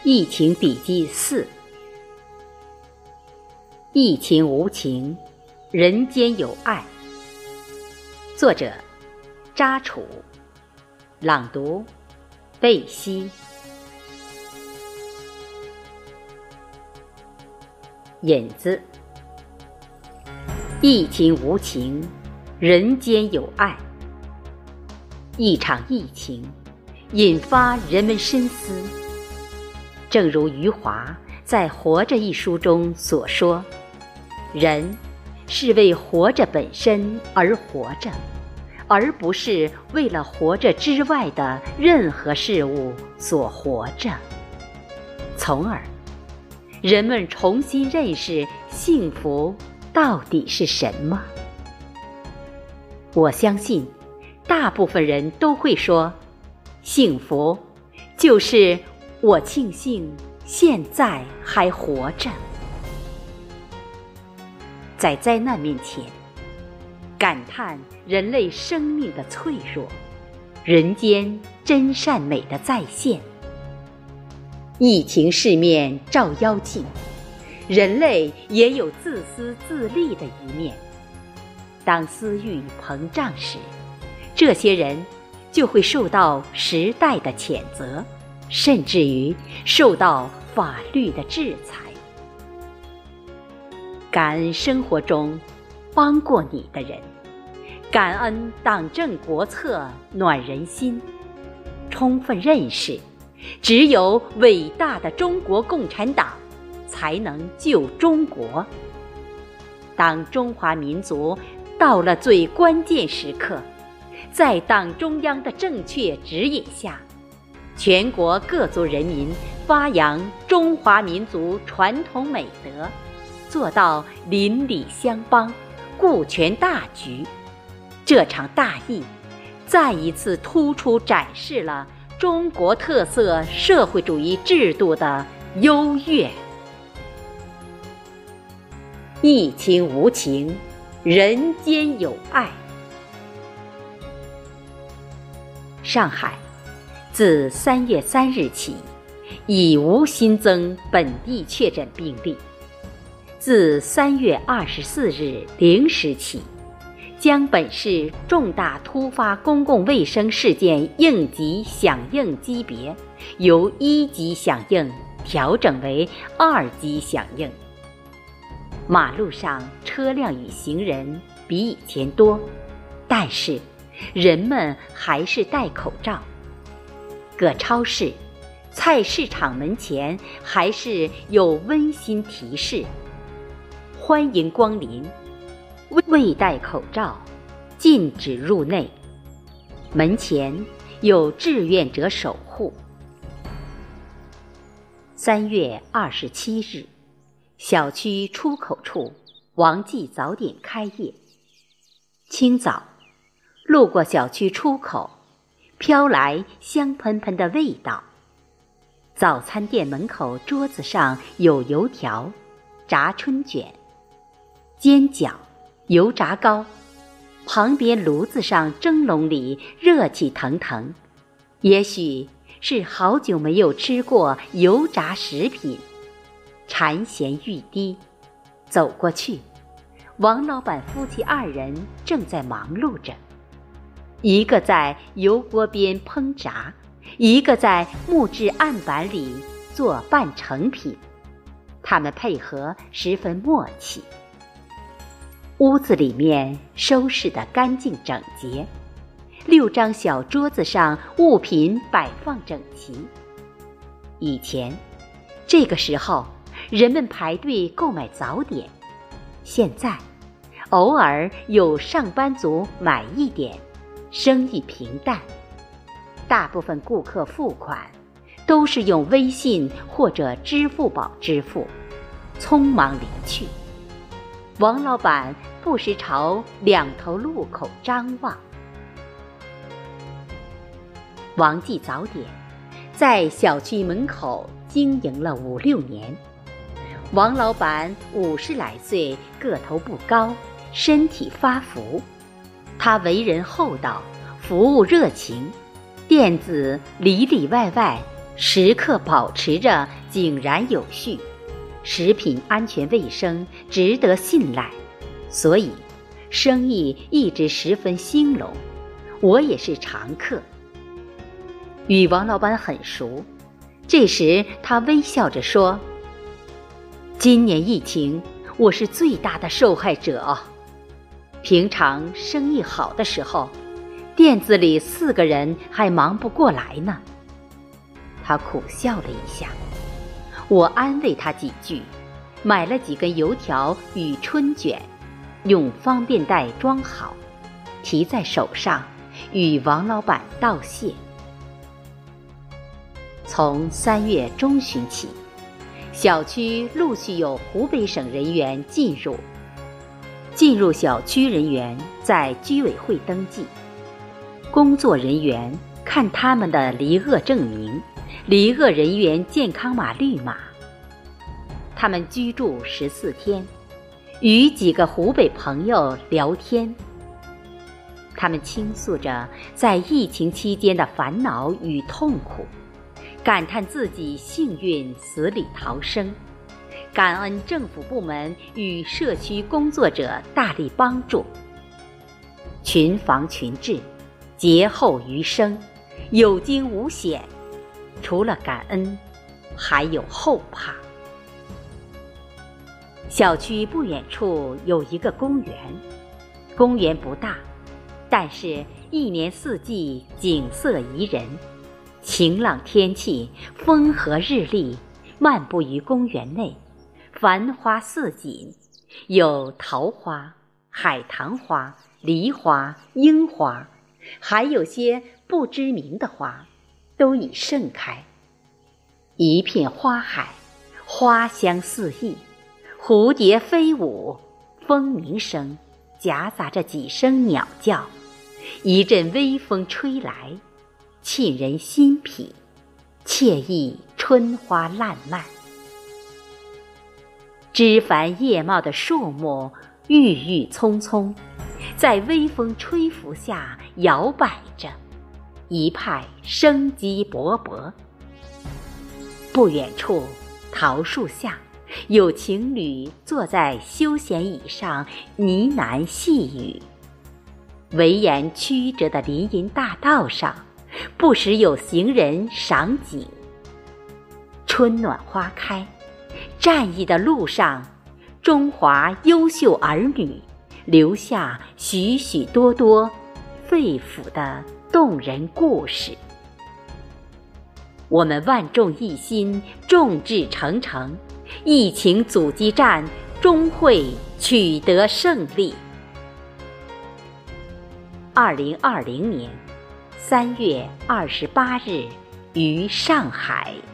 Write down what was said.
疫情笔记4：疫情无情，人间有爱。作者：扎楚，朗读：贝西。引子：疫情无情，人间有爱。一场疫情引发人们深思，正如余华在《活着》一书中所说，人是为活着本身而活着，而不是为了活着之外的任何事物所活着。从而人们重新认识幸福到底是什么。我相信大部分人都会说，幸福就是我庆幸现在还活着。在灾难面前，感叹人类生命的脆弱，人间真善美的再现。疫情世面照妖镜，人类也有自私自利的一面。当私欲膨胀时，这些人就会受到时代的谴责，甚至于受到法律的制裁。感恩生活中帮过你的人，感恩党政国策暖人心，充分认识只有伟大的中国共产党才能救中国。当中华民族到了最关键时刻，在党中央的正确指引下，全国各族人民发扬中华民族传统美德，做到邻里相帮，顾全大局。这场大疫再一次突出展示了中国特色社会主义制度的优越。疫情无情，人间有爱。上海自3月3日起已无新增本地确诊病例，自3月24日0时起，将本市重大突发公共卫生事件应急响应级别由1级响应调整为2级响应。马路上车辆与行人比以前多，但是人们还是戴口罩。各超市、菜市场门前还是有温馨提示：欢迎光临，未戴口罩禁止入内。门前有志愿者守护。3月27日，小区出口处王记早点开业。清早路过小区出口，飘来香喷喷的味道。早餐店门口桌子上有油条、炸春卷、煎饺、油炸糕，旁边炉子上蒸笼里热气腾腾，也许是好久没有吃过油炸食品。馋涎欲滴，走过去，王老板夫妻2人正在忙碌着，一个在油锅边烹炸，一个在木质案板里做半成品，他们配合十分默契。屋子里面收拾得干净整洁，6张小桌子上物品摆放整齐。以前这个时候人们排队购买早点，现在偶尔有上班族买一点，生意平淡。大部分顾客付款都是用微信或者支付宝支付，匆忙离去。王老板不时朝2头路口张望。王记早点在小区门口经营了5、6年。王老板50来岁，个头不高，身体发福。他为人厚道，服务热情，店子里里外外时刻保持着井然有序，食品安全卫生值得信赖，所以生意一直十分兴隆，我也是常客。与王老板很熟，这时他微笑着说：今年疫情我是最大的受害者，平常生意好的时候，店子里4个人还忙不过来呢。他苦笑了一下，我安慰他几句，买了几根油条与春卷，用方便袋装好，提在手上，与王老板道谢。从3月中旬起，小区陆续有湖北省人员进入小区人员在居委会登记，工作人员看他们的离鄂证明、离鄂人员健康码绿码。他们居住14天，与几个湖北朋友聊天，他们倾诉着在疫情期间的烦恼与痛苦，感叹自己幸运死里逃生，感恩政府部门与社区工作者大力帮助。群防群治，劫后余生，有惊无险，除了感恩，还有后怕。小区不远处有一个公园，公园不大，但是一年四季景色宜人。晴朗天气，风和日丽，漫步于公园内，繁花似锦，有桃花、海棠花、梨花、樱花，还有些不知名的花，都已盛开。一片花海，花香四溢，蝴蝶飞舞，蜂鸣声夹杂着几声鸟叫，一阵微风吹来，沁人心脾，惬意春花烂漫。枝繁叶茂的树木郁郁葱葱，在微风吹拂下摇摆着，一派生机勃勃。不远处桃树下，有情侣坐在休闲椅上呢喃细语。蜿蜒曲折的林荫大道上，不时有行人赏景。春暖花开，战役的路上，中华优秀儿女留下许许多多肺腑的动人故事。我们万众一心，众志成城，疫情阻击战终会取得胜利。2020年3月28日于上海。